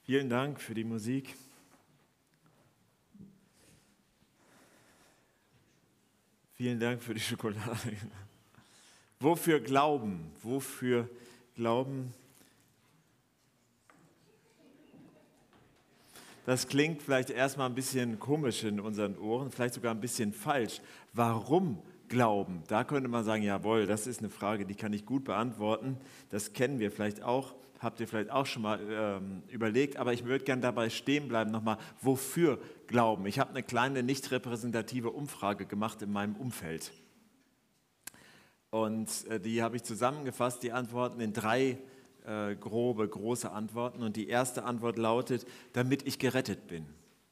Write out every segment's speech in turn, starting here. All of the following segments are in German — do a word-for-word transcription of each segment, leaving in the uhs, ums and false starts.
Vielen Dank für die Musik. Vielen Dank für die Schokolade. Wofür Glauben? Wofür Glauben? Das klingt vielleicht erstmal ein bisschen komisch in unseren Ohren, vielleicht sogar ein bisschen falsch. Warum Glauben? Da könnte man sagen, jawohl, das ist eine Frage, die kann ich gut beantworten. Das kennen wir vielleicht auch, habt ihr vielleicht auch schon mal ähm, überlegt. Aber ich würde gerne dabei stehen bleiben nochmal, wofür Glauben? Ich habe eine kleine, nicht repräsentative Umfrage gemacht in meinem Umfeld. Und äh, die habe ich zusammengefasst, die Antworten in drei äh, grobe, große Antworten. Und die erste Antwort lautet, damit ich gerettet bin.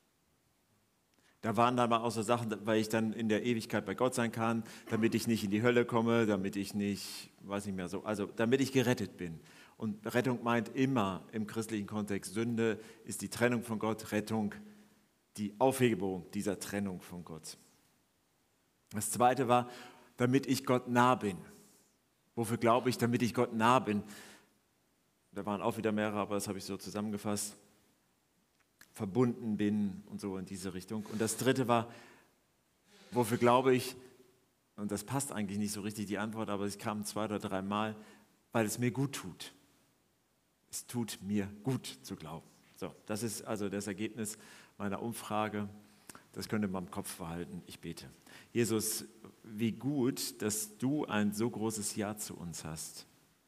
Da waren dann mal auch so Sachen, weil ich dann in der Ewigkeit bei Gott sein kann, damit ich nicht in die Hölle komme, damit ich nicht, weiß nicht mehr so, also damit ich gerettet bin. Und Rettung meint immer im christlichen Kontext, Sünde ist die Trennung von Gott, Rettung die Aufhebung dieser Trennung von Gott. Das zweite war, damit ich Gott nah bin. Wofür glaube ich, damit ich Gott nah bin? Da waren auch wieder mehrere, aber das habe ich so zusammengefasst. Verbunden bin und so in diese Richtung. Und das dritte war, wofür glaube ich, und das passt eigentlich nicht so richtig die Antwort, aber es kam zwei oder drei Mal, weil es mir gut tut. Es tut mir gut zu glauben. So, das ist also das Ergebnis meiner Umfrage. Das könnt ihr mal im Kopf behalten. Ich bete. Jesus, wie gut, dass du ein so großes Ja zu uns hast.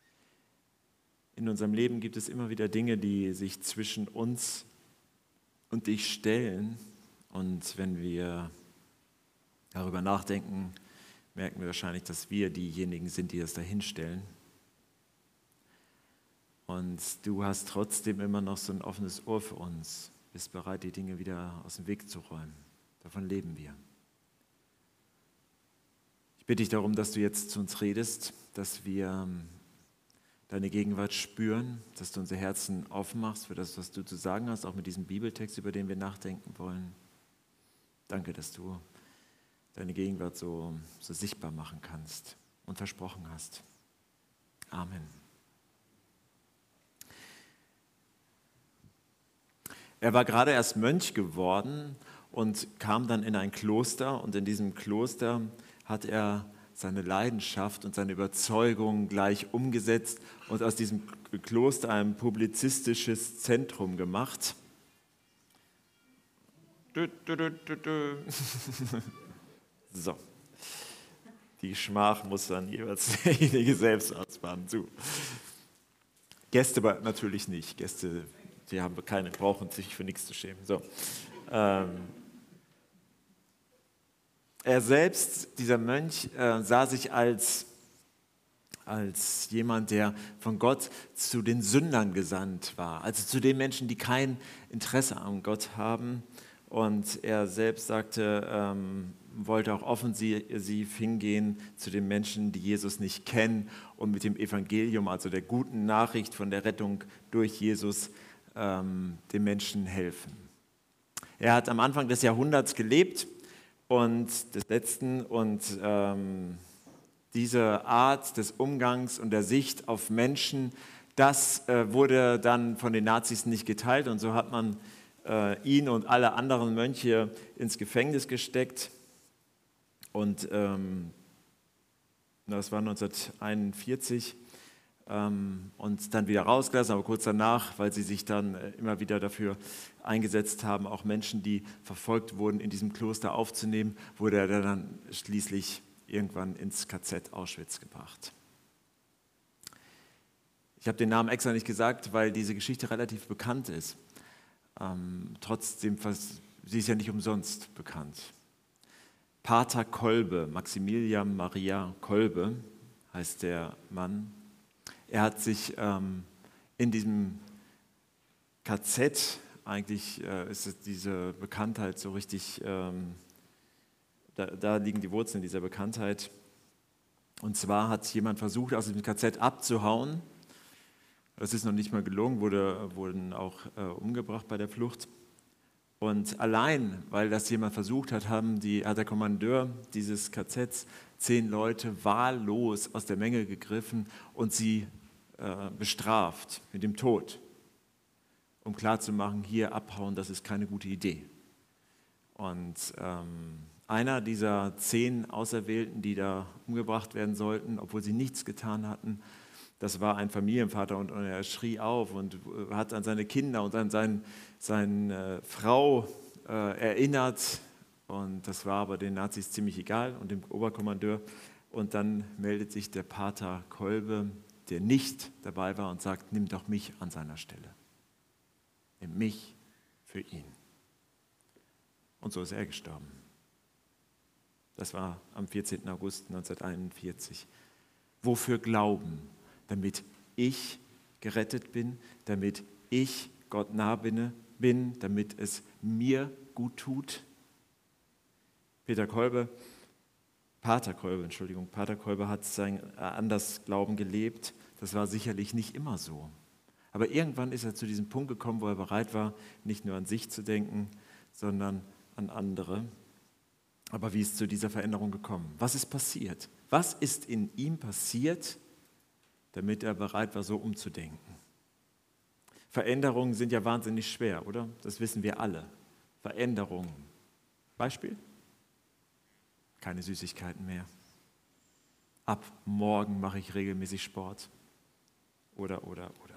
In unserem Leben gibt es immer wieder Dinge, die sich zwischen uns und dich stellen. Und wenn wir darüber nachdenken, merken wir wahrscheinlich, dass wir diejenigen sind, die das dahinstellen. Und du hast trotzdem immer noch so ein offenes Ohr für uns, bist bereit, die Dinge wieder aus dem Weg zu räumen. Davon leben wir. Ich bitte dich darum, dass du jetzt zu uns redest, dass wir deine Gegenwart spüren, dass du unser Herzen aufmachst für das, was du zu sagen hast, auch mit diesem Bibeltext, über den wir nachdenken wollen. Danke, dass du deine Gegenwart so, so sichtbar machen kannst und versprochen hast. Amen. Er war gerade erst Mönch geworden und kam dann in ein Kloster, und in diesem Kloster hat er seine Leidenschaft und seine Überzeugung gleich umgesetzt und aus diesem Kloster ein publizistisches Zentrum gemacht. So, die Schmach muss dann jeweils derjenige selbst ausbaden. So. Gäste aber natürlich nicht. Gäste, die haben keine, brauchen sich für nichts zu schämen. So. Ähm, Er selbst, dieser Mönch, äh, sah sich als, als jemand, der von Gott zu den Sündern gesandt war, also zu den Menschen, die kein Interesse an Gott haben. Und er selbst sagte, ähm, wollte auch offensiv hingehen zu den Menschen, die Jesus nicht kennen, und mit dem Evangelium, also der guten Nachricht von der Rettung durch Jesus, ähm, den Menschen helfen. Er hat am Anfang des Jahrhunderts gelebt, und des Letzten, und ähm, diese Art des Umgangs und der Sicht auf Menschen, das äh, wurde dann von den Nazis nicht geteilt, und so hat man äh, ihn und alle anderen Mönche ins Gefängnis gesteckt, und ähm, das war neunzehnhunderteinundvierzig, ähm, und dann wieder rausgelassen, aber kurz danach, weil sie sich dann äh, immer wieder dafür eingesetzt haben, auch Menschen, die verfolgt wurden, in diesem Kloster aufzunehmen, wurde er dann schließlich irgendwann ins K Z Auschwitz gebracht. Ich habe den Namen extra nicht gesagt, weil diese Geschichte relativ bekannt ist. Ähm, trotzdem, sie ist ja nicht umsonst bekannt. Pater Kolbe, Maximilian Maria Kolbe heißt der Mann. Er hat sich ähm, in diesem K Z, eigentlich äh, ist es diese Bekanntheit so richtig, ähm, da, da liegen die Wurzeln dieser Bekanntheit. Und zwar hat jemand versucht, aus dem K Z abzuhauen. Das ist noch nicht mal gelungen, wurde, wurden auch äh, umgebracht bei der Flucht. Und allein, weil das jemand versucht hat, haben die, hat der Kommandeur dieses K Zs zehn Leute wahllos aus der Menge gegriffen und sie äh, bestraft mit dem Tod. um klarzumachen, hier abhauen, das ist keine gute Idee. Und ähm, einer dieser zehn Auserwählten, die da umgebracht werden sollten, obwohl sie nichts getan hatten, das war ein Familienvater und, und er schrie auf und hat an seine Kinder und an sein, seine Frau äh, erinnert. Und das war aber den Nazis ziemlich egal und dem Oberkommandeur. Und dann meldet sich der Pater Kolbe, der nicht dabei war, und sagt, nimm doch mich an seiner Stelle. Nimm mich für ihn. Und so ist er gestorben. Das war am vierzehnten August neunzehnhunderteinundvierzig. Wofür Glauben? Damit ich gerettet bin, damit ich Gott nah bin, bin, damit es mir gut tut. Peter Kolbe, Pater Kolbe, Entschuldigung, Pater Kolbe hat sein anders Glauben gelebt. Das war sicherlich nicht immer so. Aber irgendwann ist er zu diesem Punkt gekommen, wo er bereit war, nicht nur an sich zu denken, sondern an andere. Aber wie ist zu dieser Veränderung gekommen? Was ist passiert? Was ist in ihm passiert, damit er bereit war, so umzudenken? Veränderungen sind ja wahnsinnig schwer, oder? Das wissen wir alle. Veränderungen. Beispiel? Keine Süßigkeiten mehr. Ab morgen mache ich regelmäßig Sport. Oder, oder, oder.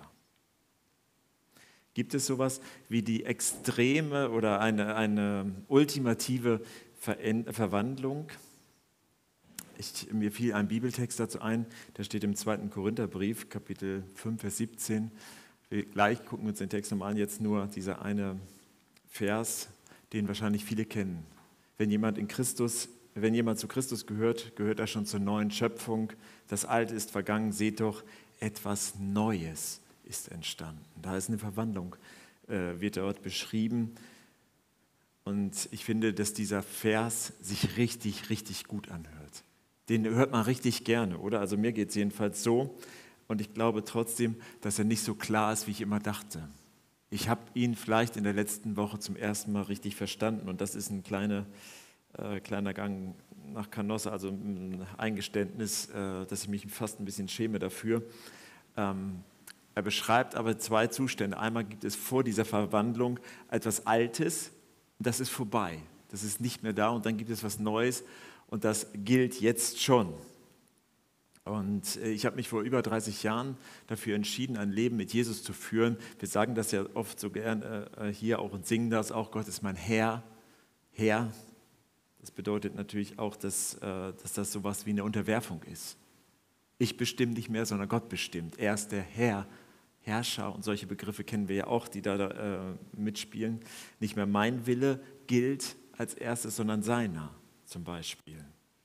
Gibt es sowas wie die extreme oder eine, eine ultimative Ver- Verwandlung? Ich, mir fiel ein Bibeltext dazu ein, der steht im zweiten Korintherbrief, Kapitel fünf, Vers siebzehn. Wir gleich gucken uns den Text nochmal an, jetzt nur dieser eine Vers, den wahrscheinlich viele kennen. Wenn jemand in Christus, wenn jemand zu Christus gehört, gehört er schon zur neuen Schöpfung. Das Alte ist vergangen, seht doch, etwas Neues ist entstanden. Da ist eine Verwandlung, äh, wird dort beschrieben. Und ich finde, dass dieser Vers sich richtig, richtig gut anhört. Den hört man richtig gerne, oder? Also mir geht es jedenfalls so. Und ich glaube trotzdem, dass er nicht so klar ist, wie ich immer dachte. Ich habe ihn vielleicht in der letzten Woche zum ersten Mal richtig verstanden. Und das ist ein kleiner, äh, kleiner Gang nach Canossa, also ein Eingeständnis, äh, dass ich mich fast ein bisschen schäme dafür. Ähm, er beschreibt aber zwei Zustände. Einmal gibt es vor dieser Verwandlung etwas Altes, und das ist vorbei. Das ist nicht mehr da. Und dann gibt es was Neues. Und das gilt jetzt schon. Und ich habe mich vor über dreißig Jahren dafür entschieden, ein Leben mit Jesus zu führen. Wir sagen das ja oft so gern äh, hier auch und singen das auch. Gott ist mein Herr. Herr. Das bedeutet natürlich auch, dass, äh, dass das sowas wie eine Unterwerfung ist. Ich bestimme nicht mehr, sondern Gott bestimmt. Er ist der Herr, Herrscher. Und solche Begriffe kennen wir ja auch, die da, da äh, mitspielen. Nicht mehr mein Wille gilt als erstes, sondern seiner. Zum Beispiel.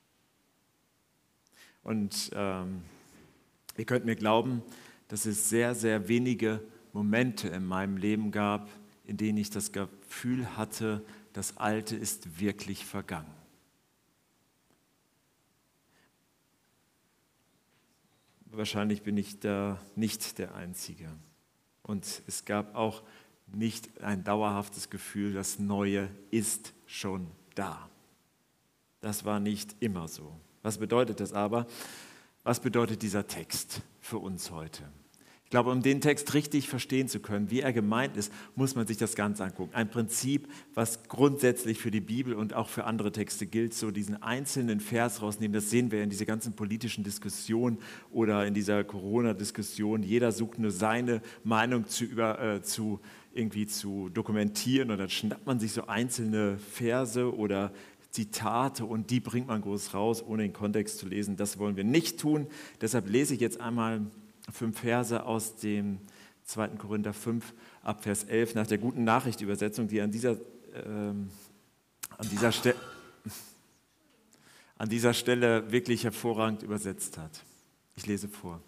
Und ähm, ihr könnt mir glauben, dass es sehr, sehr wenige Momente in meinem Leben gab, in denen ich das Gefühl hatte, das Alte ist wirklich vergangen. Wahrscheinlich bin ich da nicht der Einzige. Und es gab auch nicht ein dauerhaftes Gefühl, das Neue ist schon da. Das war nicht immer so. Was bedeutet das aber? Was bedeutet dieser Text für uns heute? Ich glaube, um den Text richtig verstehen zu können, wie er gemeint ist, muss man sich das Ganze angucken. Ein Prinzip, was grundsätzlich für die Bibel und auch für andere Texte gilt, so diesen einzelnen Vers rausnehmen, das sehen wir in dieser ganzen politischen Diskussion oder in dieser Corona-Diskussion. Jeder sucht nur seine Meinung zu, über, äh, zu, irgendwie zu dokumentieren und dann schnappt man sich so einzelne Verse oder Zitate und die bringt man groß raus, ohne den Kontext zu lesen. Das wollen wir nicht tun. Deshalb lese ich jetzt einmal fünf Verse aus dem zweiten Korinther fünf ab Vers elf nach der Guten Nachricht Übersetzung, die an dieser, ähm, an dieser, Ste- an dieser Stelle wirklich hervorragend übersetzt hat. Ich lese vor.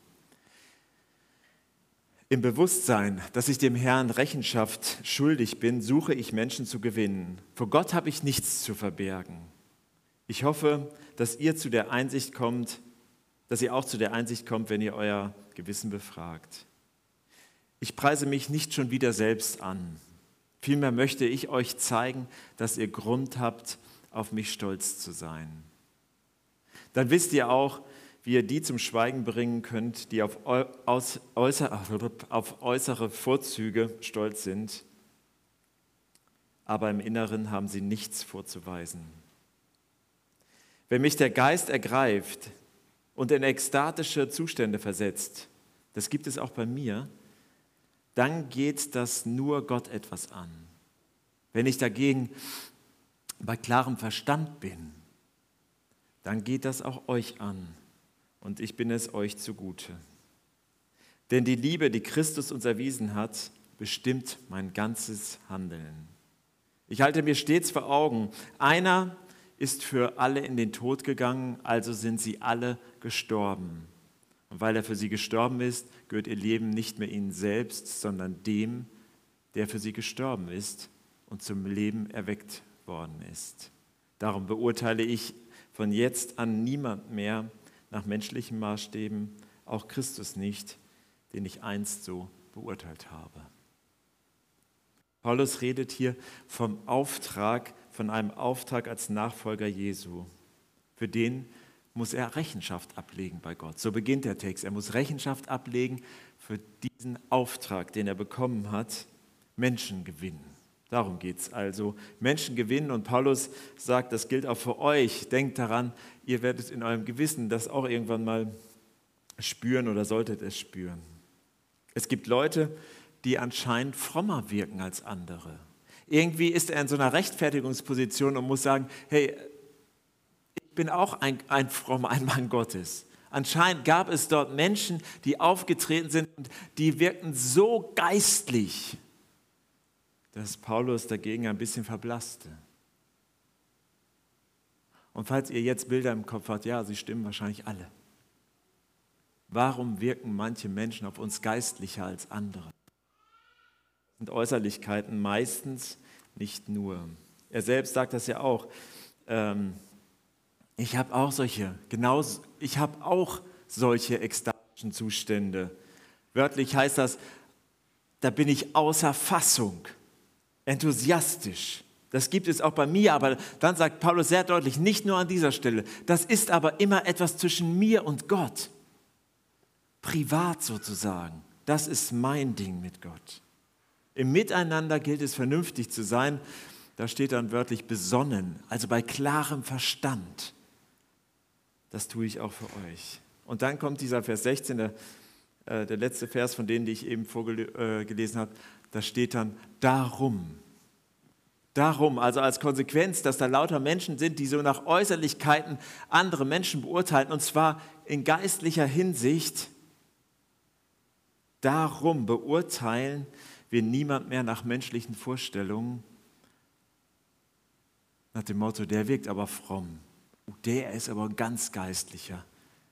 Im Bewusstsein, dass ich dem Herrn Rechenschaft schuldig bin, suche ich Menschen zu gewinnen. Vor Gott habe ich nichts zu verbergen. Ich hoffe, dass ihr zu der Einsicht kommt, dass ihr auch zu der Einsicht kommt, wenn ihr euer Gewissen befragt. Ich preise mich nicht schon wieder selbst an. Vielmehr möchte ich euch zeigen, dass ihr Grund habt, auf mich stolz zu sein. Dann wisst ihr auch, wie ihr die zum Schweigen bringen könnt, die auf, eu, aus, äußer, auf äußere Vorzüge stolz sind, aber im Inneren haben sie nichts vorzuweisen. Wenn mich der Geist ergreift und in ekstatische Zustände versetzt, das gibt es auch bei mir, dann geht das nur Gott etwas an. Wenn ich dagegen bei klarem Verstand bin, dann geht das auch euch an und ich bin es euch zugute. Denn die Liebe, die Christus uns erwiesen hat, bestimmt mein ganzes Handeln. Ich halte mir stets vor Augen, einer ist für alle in den Tod gegangen, also sind sie alle gestorben. Und weil er für sie gestorben ist, gehört ihr Leben nicht mehr ihnen selbst, sondern dem, der für sie gestorben ist und zum Leben erweckt worden ist. Darum beurteile ich von jetzt an niemand mehr nach menschlichen Maßstäben, auch Christus nicht, den ich einst so beurteilt habe. Paulus redet hier vom Auftrag, von einem Auftrag als Nachfolger Jesu. Für den muss er Rechenschaft ablegen bei Gott. So beginnt der Text. Er muss Rechenschaft ablegen für diesen Auftrag, den er bekommen hat, Menschen gewinnen. Darum geht es also. Menschen gewinnen und Paulus sagt, das gilt auch für euch. Denkt daran, ihr werdet in eurem Gewissen das auch irgendwann mal spüren oder solltet es spüren. Es gibt Leute, die anscheinend frommer wirken als andere. Irgendwie ist er in so einer Rechtfertigungsposition und muss sagen, hey, ich bin auch ein, ein frommer, ein Mann Gottes. Anscheinend gab es dort Menschen, die aufgetreten sind und die wirkten so geistlich, dass Paulus dagegen ein bisschen verblasste. Und falls ihr jetzt Bilder im Kopf habt, ja, sie stimmen wahrscheinlich alle. Warum wirken manche Menschen auf uns geistlicher als andere? Das sind Äußerlichkeiten meistens, nicht nur. Er selbst sagt das ja auch. Ähm, ich habe auch solche, genau, ich habe auch solche ekstatischen Zustände. Wörtlich heißt das, da bin ich außer Fassung, enthusiastisch. Das gibt es auch bei mir, aber dann sagt Paulus sehr deutlich, nicht nur an dieser Stelle, das ist aber immer etwas zwischen mir und Gott. Privat sozusagen, das ist mein Ding mit Gott. Im Miteinander gilt es vernünftig zu sein, da steht dann wörtlich besonnen, also bei klarem Verstand. Das tue ich auch für euch. Und dann kommt dieser Vers sechzehn, der, äh, der letzte Vers von denen, die ich eben vorgelesen habe, da steht dann darum. Darum, also als Konsequenz, dass da lauter Menschen sind, die so nach Äußerlichkeiten andere Menschen beurteilen, und zwar in geistlicher Hinsicht. Darum beurteilen wir niemand mehr nach menschlichen Vorstellungen, nach dem Motto, der wirkt aber fromm, der ist aber ein ganz geistlicher.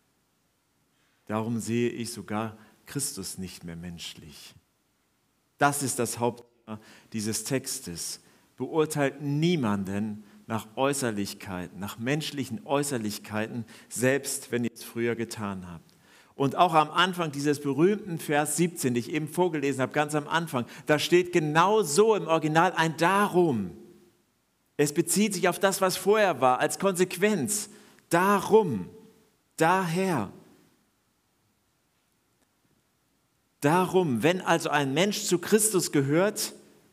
Darum sehe ich sogar Christus nicht mehr menschlich. Das ist das Hauptthema dieses Textes. Beurteilt niemanden nach Äußerlichkeiten, nach menschlichen Äußerlichkeiten, selbst wenn ihr es früher getan habt. Und auch am Anfang dieses berühmten Vers siebzehn, den ich eben vorgelesen habe, ganz am Anfang, da steht genau so im Original ein Darum. Es bezieht sich auf das, was vorher war, als Konsequenz. Darum, daher. Darum, wenn also ein Mensch zu Christus gehört,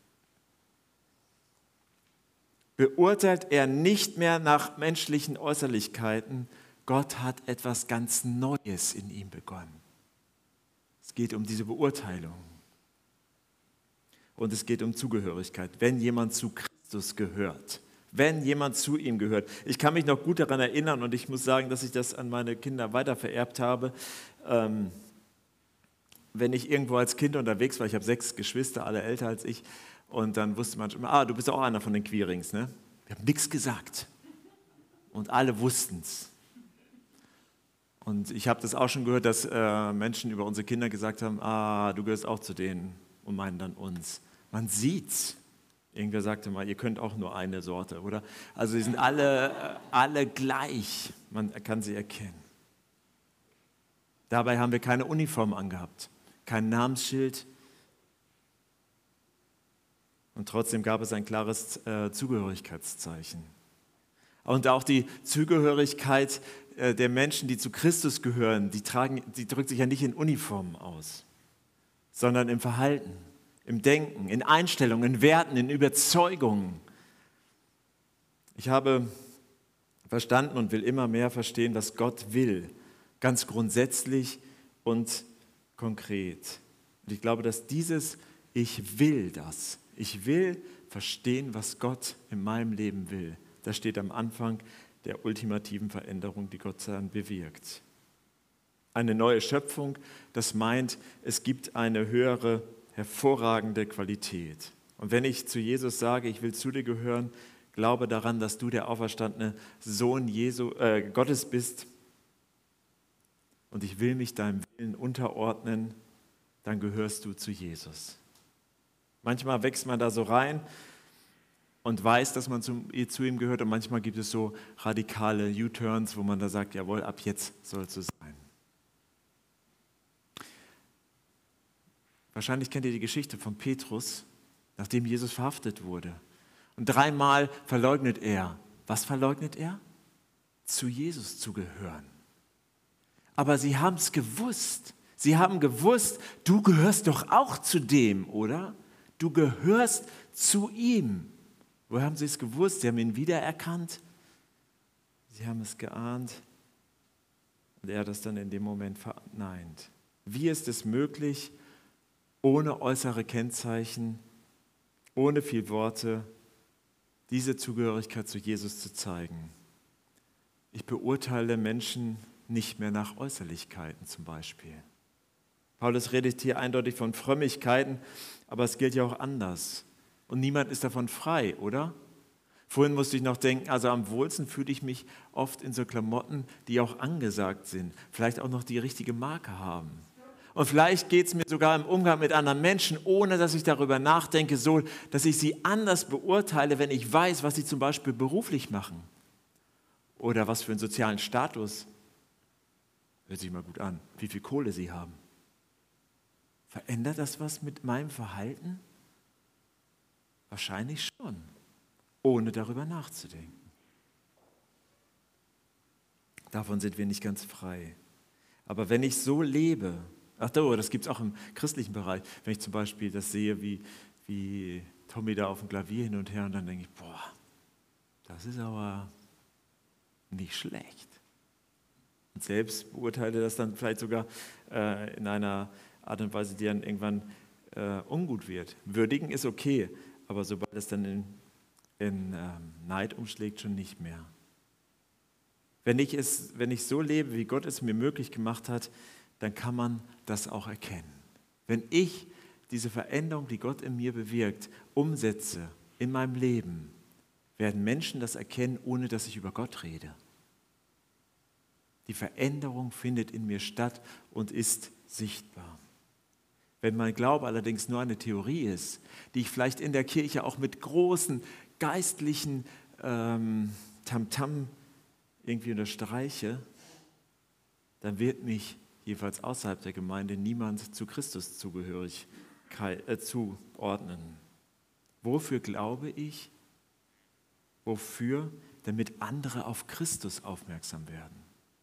beurteilt er nicht mehr nach menschlichen Äußerlichkeiten. Gott hat etwas ganz Neues in ihm begonnen. Es geht um diese Beurteilung. Und es geht um Zugehörigkeit. Wenn jemand zu Christus gehört, wenn jemand zu ihm gehört. Ich kann mich noch gut daran erinnern und ich muss sagen, dass ich das an meine Kinder weitervererbt habe. Ähm, wenn ich irgendwo als Kind unterwegs war, ich habe sechs Geschwister, alle älter als ich, und dann wusste man schon immer, ah, du bist auch einer von den Queerings, ne? Wir haben nichts gesagt. Und alle wussten es. Und ich habe das auch schon gehört, dass äh, Menschen über unsere Kinder gesagt haben, ah, du gehörst auch zu denen und meinen dann uns. Man sieht's. Irgendwer sagte mal, ihr könnt auch nur eine Sorte, oder? Also sie sind alle, äh, alle gleich. Man kann sie erkennen. Dabei haben wir keine Uniform angehabt, kein Namensschild. Und trotzdem gab es ein klares äh, Zugehörigkeitszeichen. Und auch die Zugehörigkeit der Menschen, die zu Christus gehören, die, tragen, die drückt sich ja nicht in Uniformen aus, sondern im Verhalten, im Denken, in Einstellungen, in Werten, in Überzeugungen. Ich habe verstanden und will immer mehr verstehen, was Gott will, ganz grundsätzlich und konkret. Und ich glaube, dass dieses Ich will das, ich will verstehen, was Gott in meinem Leben will, das steht am Anfang der ultimativen Veränderung, die Gott dann bewirkt. Eine neue Schöpfung, das meint, es gibt eine höhere, hervorragende Qualität. Und wenn ich zu Jesus sage, ich will zu dir gehören, glaube daran, dass du der auferstandene Sohn Jesu, äh, Gottes bist und ich will mich deinem Willen unterordnen, dann gehörst du zu Jesus. Manchmal wächst man da so rein und weiß, dass man zu, zu ihm gehört. Und manchmal gibt es so radikale U-Turns, wo man da sagt, jawohl, ab jetzt soll es so sein. Wahrscheinlich kennt ihr die Geschichte von Petrus, nachdem Jesus verhaftet wurde. Und dreimal verleugnet er. Was verleugnet er? Zu Jesus zu gehören. Aber sie haben es gewusst. Sie haben gewusst, du gehörst doch auch zu dem, oder? Du gehörst zu ihm. Woher haben sie es gewusst? Sie haben ihn wiedererkannt. Sie haben es geahnt. Und er hat das dann in dem Moment verneint. Wie ist es möglich, ohne äußere Kennzeichen, ohne viel Worte, diese Zugehörigkeit zu Jesus zu zeigen? Ich beurteile Menschen nicht mehr nach Äußerlichkeiten zum Beispiel. Paulus redet hier eindeutig von Frömmigkeiten, aber es gilt ja auch anders. Und niemand ist davon frei, oder? Vorhin musste ich noch denken, also am wohlsten fühle ich mich oft in so Klamotten, die auch angesagt sind, vielleicht auch noch die richtige Marke haben. Und vielleicht geht es mir sogar im Umgang mit anderen Menschen, ohne dass ich darüber nachdenke, so, dass ich sie anders beurteile, wenn ich weiß, was sie zum Beispiel beruflich machen oder was für einen sozialen Status. Hört sich mal gut an, wie viel Kohle sie haben. Verändert das was mit meinem Verhalten? Wahrscheinlich schon, ohne darüber nachzudenken. Davon sind wir nicht ganz frei. Aber wenn ich so lebe, ach das gibt es auch im christlichen Bereich, wenn ich zum Beispiel das sehe, wie, wie Tommy da auf dem Klavier hin und her, und dann denke ich, boah, das ist aber nicht schlecht. Und selbst beurteile das dann vielleicht sogar äh, in einer Art und Weise, die dann irgendwann äh, ungut wird. Würdigen ist okay, aber sobald es dann in, in ähm, Neid umschlägt, schon nicht mehr. Wenn ich, es, wenn ich so lebe, wie Gott es mir möglich gemacht hat, dann kann man das auch erkennen. Wenn ich diese Veränderung, die Gott in mir bewirkt, umsetze in meinem Leben, werden Menschen das erkennen, ohne dass ich über Gott rede. Die Veränderung findet in mir statt und ist sichtbar. Wenn mein Glaube allerdings nur eine Theorie ist, die ich vielleicht in der Kirche auch mit großen geistlichen ähm, Tamtam irgendwie unterstreiche, dann wird mich jedenfalls außerhalb der Gemeinde niemand zu Christus zugehörig äh, zuordnen. Wofür glaube ich? Wofür? Damit andere auf Christus aufmerksam werden.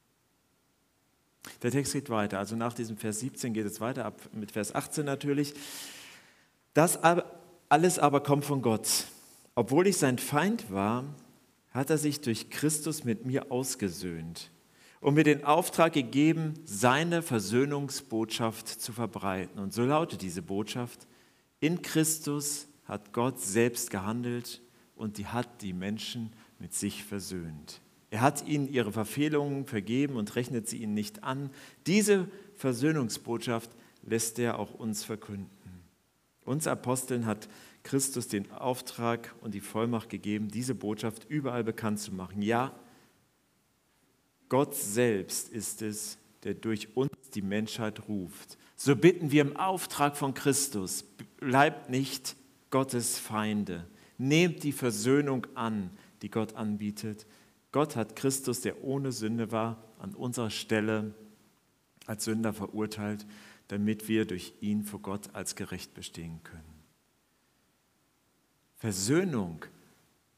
Der Text geht weiter, also nach diesem Vers siebzehn geht es weiter, ab mit Vers achtzehn natürlich. Das alles aber kommt von Gott. Obwohl ich sein Feind war, hat er sich durch Christus mit mir ausgesöhnt und mir den Auftrag gegeben, seine Versöhnungsbotschaft zu verbreiten. Und so lautet diese Botschaft: In Christus hat Gott selbst gehandelt und die hat die Menschen mit sich versöhnt. Er hat ihnen ihre Verfehlungen vergeben und rechnet sie ihnen nicht an. Diese Versöhnungsbotschaft lässt er auch uns verkünden. Uns Aposteln hat Christus den Auftrag und die Vollmacht gegeben, diese Botschaft überall bekannt zu machen. Ja, Gott selbst ist es, der durch uns die Menschheit ruft. So bitten wir im Auftrag von Christus, bleibt nicht Gottes Feinde. Nehmt die Versöhnung an, die Gott anbietet. Gott hat Christus, der ohne Sünde war, an unserer Stelle als Sünder verurteilt, damit wir durch ihn vor Gott als gerecht bestehen können. Versöhnung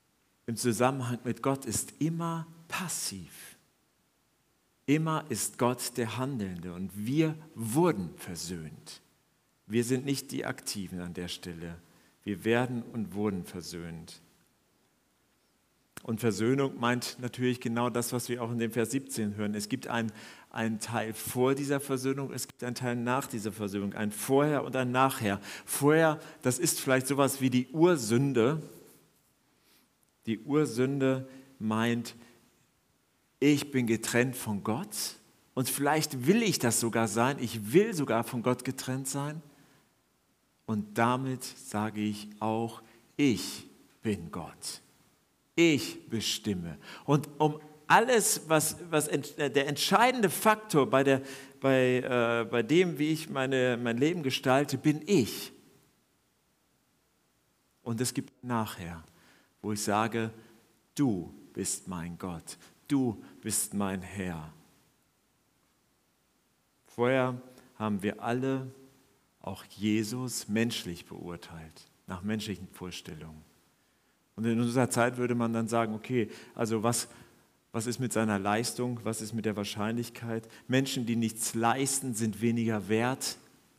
im Zusammenhang mit Gott ist immer passiv. Immer ist Gott der Handelnde und wir wurden versöhnt. Wir sind nicht die Aktiven an der Stelle. Wir werden und wurden versöhnt. Und Versöhnung meint natürlich genau das, was wir auch in dem Vers siebzehn hören. Es gibt einen, einen Teil vor dieser Versöhnung, es gibt einen Teil nach dieser Versöhnung, ein Vorher und ein Nachher. Vorher, das ist vielleicht sowas wie die Ursünde. Die Ursünde meint, ich bin getrennt von Gott und vielleicht will ich das sogar sein, ich will sogar von Gott getrennt sein. Und damit sage ich auch, ich bin Gott. Ich bestimme. Und um alles, was, was der entscheidende Faktor bei, der, bei, äh, bei dem, wie ich meine, mein Leben gestalte, bin ich. Und es gibt nachher, wo ich sage, du bist mein Gott, du bist mein Herr. Vorher haben wir alle auch Jesus menschlich beurteilt, nach menschlichen Vorstellungen. Und in unserer Zeit würde man dann sagen, okay, also was, was ist mit seiner Leistung, was ist mit der Wahrscheinlichkeit? Menschen, die nichts leisten, sind weniger wert.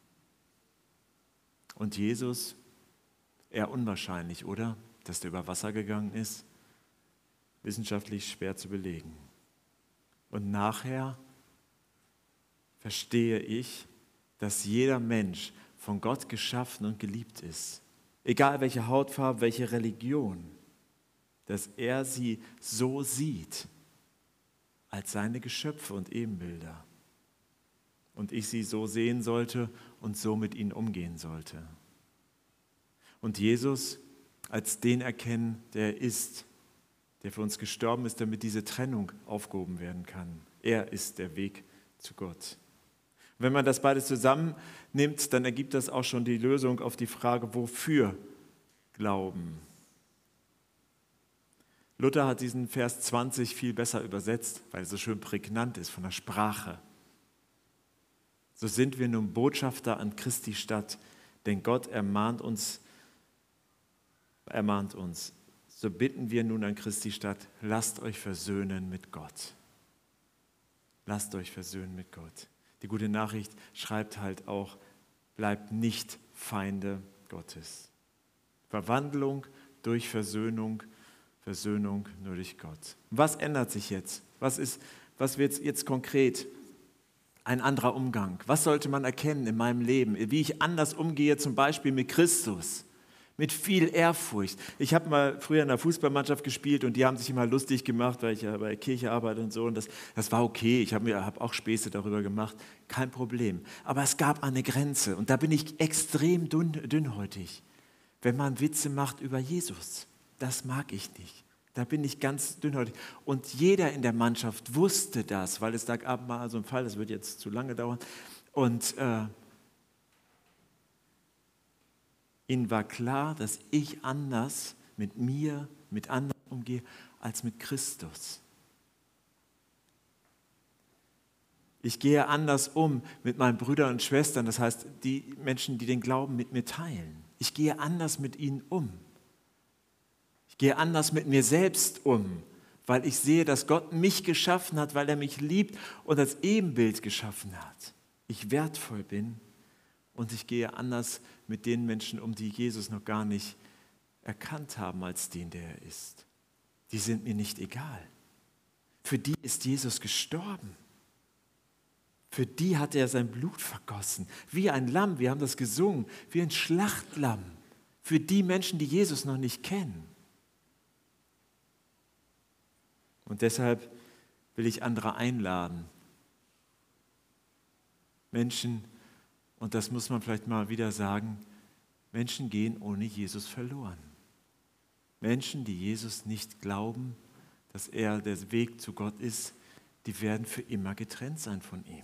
Und Jesus, eher unwahrscheinlich, oder? Dass der über Wasser gegangen ist, wissenschaftlich schwer zu belegen. Und nachher verstehe ich, dass jeder Mensch von Gott geschaffen und geliebt ist. Egal welche Hautfarbe, welche Religion, dass er sie so sieht, als seine Geschöpfe und Ebenbilder. Und ich sie so sehen sollte und so mit ihnen umgehen sollte. Und Jesus als den erkennen, der er ist, der für uns gestorben ist, damit diese Trennung aufgehoben werden kann. Er ist der Weg zu Gott. Wenn man das beides zusammennimmt, dann ergibt das auch schon die Lösung auf die Frage, wofür Glauben? Luther hat diesen Vers zwanzig viel besser übersetzt, weil es so schön prägnant ist von der Sprache. So sind wir nun Botschafter an Christi Stadt, denn Gott ermahnt uns, ermahnt uns. So bitten wir nun an Christi Stadt, lasst euch versöhnen mit Gott. Lasst euch versöhnen mit Gott. Die gute Nachricht schreibt halt auch, bleibt nicht Feinde Gottes. Verwandlung durch Versöhnung, Versöhnung nur durch Gott. Was ändert sich jetzt? Was ist, was wird jetzt konkret? Ein anderer Umgang. Was sollte man erkennen in meinem Leben? Wie ich anders umgehe, zum Beispiel mit Christus. Mit viel Ehrfurcht. Ich habe mal früher in einer Fußballmannschaft gespielt und die haben sich immer lustig gemacht, weil ich ja bei der Kirche arbeite und so. Und das, das war okay. Ich habe mir hab auch Späße darüber gemacht. Kein Problem. Aber es gab eine Grenze und da bin ich extrem dünn, dünnhäutig. Wenn man Witze macht über Jesus, das mag ich nicht. Da bin ich ganz dünnhäutig. Und jeder in der Mannschaft wusste das, weil es da gab mal so einen Fall, das wird jetzt zu lange dauern. Und äh, ihnen war klar, dass ich anders mit mir, mit anderen umgehe, als mit Christus. Ich gehe anders um mit meinen Brüdern und Schwestern, das heißt, die Menschen, die den Glauben mit mir teilen. Ich gehe anders mit ihnen um. Ich gehe anders mit mir selbst um, weil ich sehe, dass Gott mich geschaffen hat, weil er mich liebt und als Ebenbild geschaffen hat. Ich wertvoll bin und ich gehe anders mit den Menschen um, die Jesus noch gar nicht erkannt haben als den, der er ist. Die sind mir nicht egal. Für die ist Jesus gestorben. Für die hat er sein Blut vergossen. Wie ein Lamm, wir haben das gesungen, wie ein Schlachtlamm. Für die Menschen, die Jesus noch nicht kennen. Und deshalb will ich andere einladen. Menschen, und das muss man vielleicht mal wieder sagen, Menschen gehen ohne Jesus verloren. Menschen, die Jesus nicht glauben, dass er der Weg zu Gott ist, die werden für immer getrennt sein von ihm.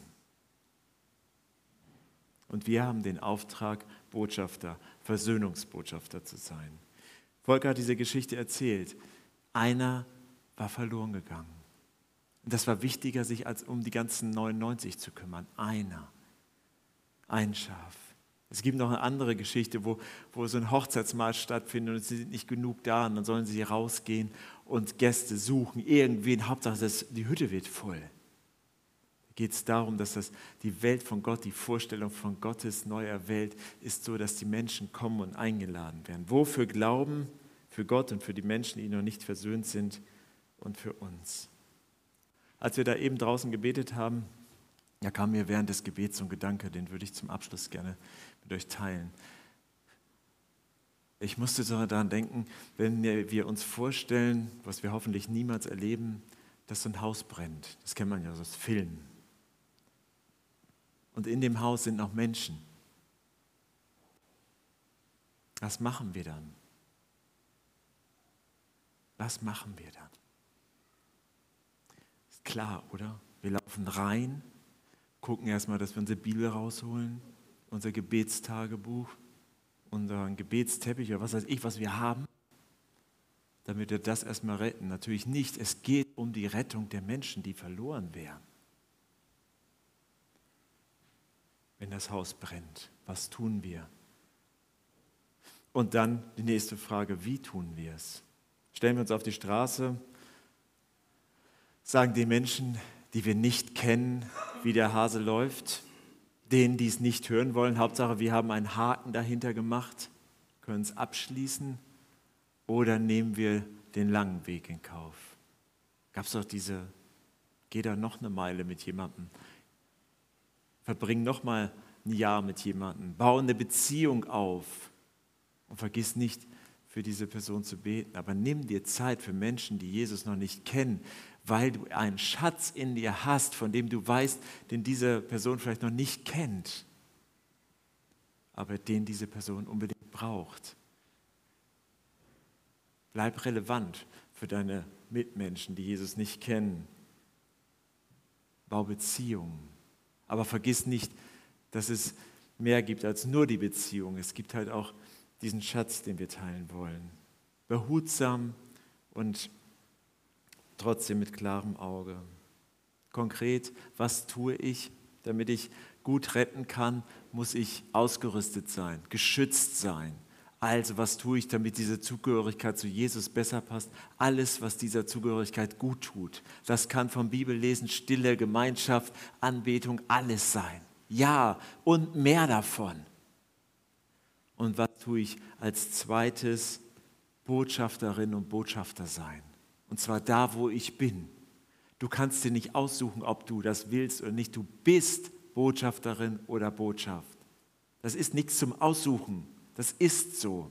Und wir haben den Auftrag, Botschafter, Versöhnungsbotschafter zu sein. Volker hat diese Geschichte erzählt. Einer war verloren gegangen. Und das war wichtiger, sich als um die ganzen neunundneunzig zu kümmern. Einer, ein Schaf. Es gibt noch eine andere Geschichte, wo, wo so ein Hochzeitsmahl stattfindet und sie sind nicht genug da und dann sollen sie rausgehen und Gäste suchen, irgendwen, Hauptsache das, die Hütte wird voll. Da geht es darum, dass das die Welt von Gott, die Vorstellung von Gottes neuer Welt ist so, dass die Menschen kommen und eingeladen werden. Wofür Glauben? Für Gott und für die Menschen, die noch nicht versöhnt sind und für uns. Als wir da eben draußen gebetet haben, da kam mir während des Gebets so ein Gedanke, den würde ich zum Abschluss gerne mit euch teilen. Ich musste so daran denken, wenn wir uns vorstellen, was wir hoffentlich niemals erleben, dass so ein Haus brennt. Das kennt man ja aus Filmen. Und in dem Haus sind noch Menschen. Was machen wir dann? Was machen wir dann? Ist klar, oder? Wir laufen rein, gucken erstmal, dass wir unsere Bibel rausholen, unser Gebetstagebuch, unseren Gebetsteppich oder was weiß ich, was wir haben, damit wir das erstmal retten. Natürlich nicht. Es geht um die Rettung der Menschen, die verloren wären. Wenn das Haus brennt, was tun wir? Und dann die nächste Frage, wie tun wir es? Stellen wir uns auf die Straße, sagen den Menschen, die wir nicht kennen, wie der Hase läuft, denen, die es nicht hören wollen, Hauptsache, wir haben einen Haken dahinter gemacht, können es abschließen, oder nehmen wir den langen Weg in Kauf? Gab es doch diese, geh da noch eine Meile mit jemandem, verbring noch mal ein Jahr mit jemandem, baue eine Beziehung auf und vergiss nicht, für diese Person zu beten. Aber nimm dir Zeit für Menschen, die Jesus noch nicht kennen, weil du einen Schatz in dir hast, von dem du weißt, den diese Person vielleicht noch nicht kennt, aber den diese Person unbedingt braucht. Bleib relevant für deine Mitmenschen, die Jesus nicht kennen. Bau Beziehungen. Aber vergiss nicht, dass es mehr gibt als nur die Beziehung. Es gibt halt auch diesen Schatz, den wir teilen wollen. Behutsam und trotzdem mit klarem Auge. Konkret, was tue ich, damit ich gut retten kann, muss ich ausgerüstet sein, geschützt sein. Also was tue ich, damit diese Zugehörigkeit zu Jesus besser passt? Alles, was dieser Zugehörigkeit gut tut. Das kann vom Bibellesen, Stille, Gemeinschaft, Anbetung, alles sein. Ja, und mehr davon. Und was tue ich als zweites? Botschafterin und Botschafter sein. Und zwar da, wo ich bin. Du kannst dir nicht aussuchen, ob du das willst oder nicht. Du bist Botschafterin oder Botschaft. Das ist nichts zum Aussuchen. Das ist so.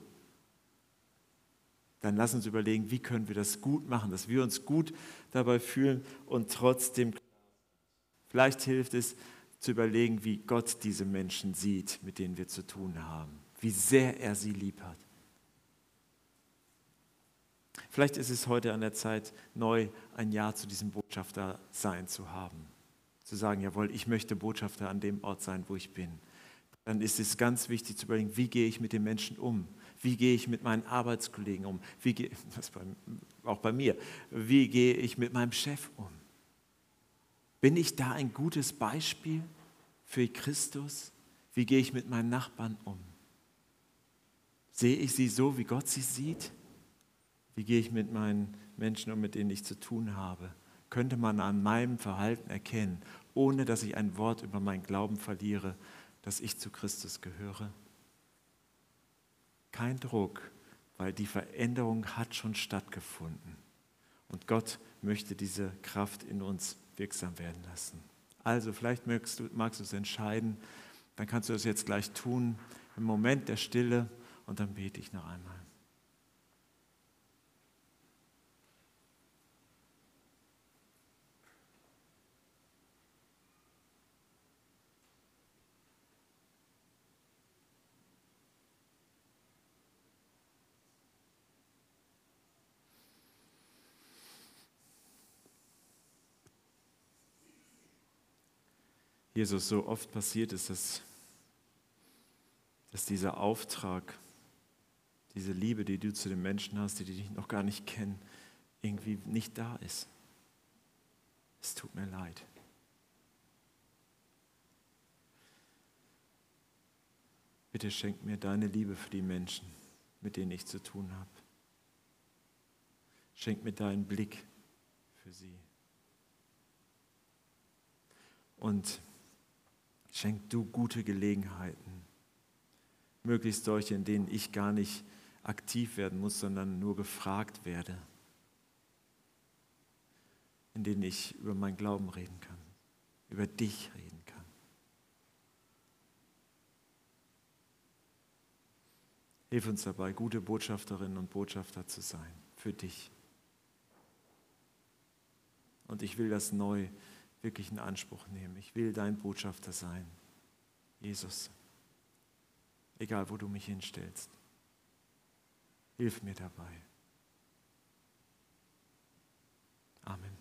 Dann lass uns überlegen, wie können wir das gut machen, dass wir uns gut dabei fühlen und trotzdem, vielleicht hilft es zu überlegen, wie Gott diese Menschen sieht, mit denen wir zu tun haben. Wie sehr er sie lieb hat. Vielleicht ist es heute an der Zeit, neu ein Ja zu diesem Botschaftersein zu haben. Zu sagen, jawohl, ich möchte Botschafter an dem Ort sein, wo ich bin. Dann ist es ganz wichtig zu überlegen, wie gehe ich mit den Menschen um? Wie gehe ich mit meinen Arbeitskollegen um? Wie gehe, das bei, auch bei mir. Wie gehe ich mit meinem Chef um? Bin ich da ein gutes Beispiel für Christus? Wie gehe ich mit meinen Nachbarn um? Sehe ich sie so, wie Gott sie sieht? Wie gehe ich mit meinen Menschen um, mit denen ich zu tun habe? Könnte man an meinem Verhalten erkennen, ohne dass ich ein Wort über meinen Glauben verliere, dass ich zu Christus gehöre? Kein Druck, weil die Veränderung hat schon stattgefunden. Und Gott möchte diese Kraft in uns wirksam werden lassen. Also vielleicht magst du, magst du es entscheiden, dann kannst du das jetzt gleich tun, im Moment der Stille, und dann bete ich noch einmal. Jesus, so oft passiert ist es, dass dieser Auftrag, diese Liebe, die du zu den Menschen hast, die dich noch gar nicht kennen, irgendwie nicht da ist. Es tut mir leid. Bitte schenk mir deine Liebe für die Menschen, mit denen ich zu tun habe. Schenk mir deinen Blick für sie. Und schenk du gute Gelegenheiten, möglichst solche, in denen ich gar nicht aktiv werden muss, sondern nur gefragt werde, in denen ich über meinen Glauben reden kann, über dich reden kann. Hilf uns dabei, gute Botschafterinnen und Botschafter zu sein, für dich. Und ich will das neu wirklich in Anspruch nehmen. Ich will dein Botschafter sein, Jesus. Egal, wo du mich hinstellst. Hilf mir dabei. Amen.